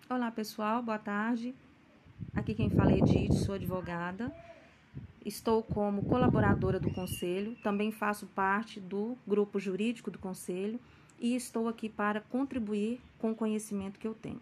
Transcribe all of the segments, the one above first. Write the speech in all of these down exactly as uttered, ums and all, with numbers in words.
Olá pessoal, boa tarde. Aqui quem fala é Edith, sou advogada. Estou como colaboradora do Conselho, também faço parte do grupo jurídico do Conselho e estou aqui para contribuir com o conhecimento que eu tenho.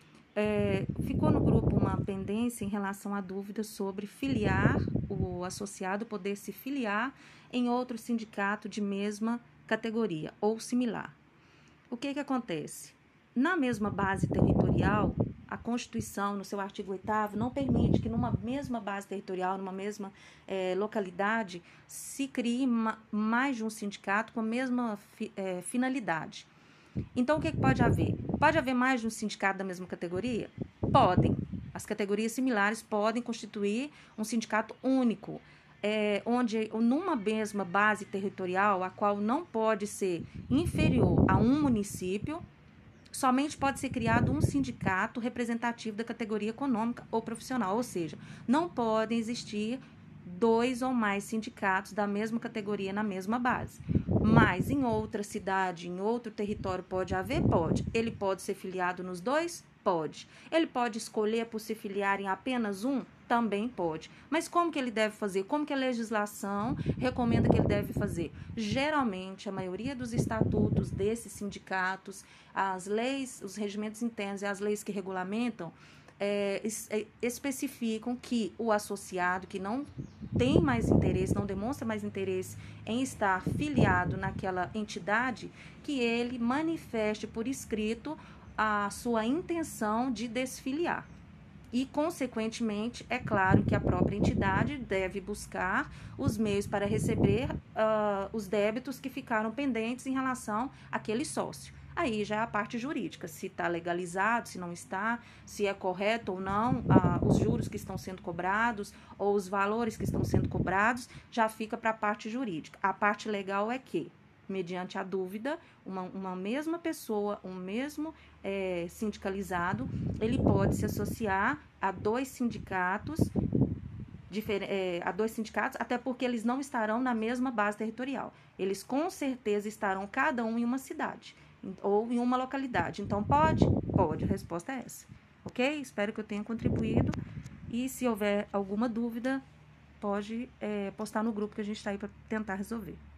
É, ficou no grupo uma pendência em relação à dúvida sobre filiar, o associado poder se filiar em outro sindicato de mesma categoria ou similar. O que que acontece? Na mesma base territorial, a Constituição, no seu artigo oitavo, não permite que numa mesma base territorial, numa mesma é, localidade, se crie ma mais de um sindicato com a mesma fi é, finalidade. Então, o que, que pode haver? Pode haver mais de um sindicato da mesma categoria? Podem. As categorias similares podem constituir um sindicato único, é, onde numa mesma base territorial, a qual não pode ser inferior a um município, somente pode ser criado um sindicato representativo da categoria econômica ou profissional, ou seja, não podem existir dois ou mais sindicatos da mesma categoria na mesma base. Mas em outra cidade, em outro território pode haver? Pode. Ele pode ser filiado nos dois? Pode. Ele pode escolher por se filiar em apenas um? Também pode. Mas como que ele deve fazer? Como que a legislação recomenda que ele deve fazer? Geralmente, a maioria dos estatutos desses sindicatos, as leis, os regimentos internos e as leis que regulamentam, é, especificam que o associado que não tem mais interesse, não demonstra mais interesse em estar filiado naquela entidade, que ele manifeste por escrito a sua intenção de desfiliar. E, consequentemente, é claro que a própria entidade deve buscar os meios para receber uh, os débitos que ficaram pendentes em relação àquele sócio. Aí já é a parte jurídica, se está legalizado, se não está, se é correto ou não, uh, os juros que estão sendo cobrados ou os valores que estão sendo cobrados, já fica para a parte jurídica. A parte legal é que, mediante a dúvida, uma, uma mesma pessoa, um mesmo é, sindicalizado, ele pode se associar a dois sindicatos, é, a dois sindicatos, até porque eles não estarão na mesma base territorial. Eles com certeza estarão cada um em uma cidade ou em uma localidade. Então, pode? Pode. A resposta é essa. Ok? Espero que eu tenha contribuído. E se houver alguma dúvida, pode é, postar no grupo que a gente está aí para tentar resolver.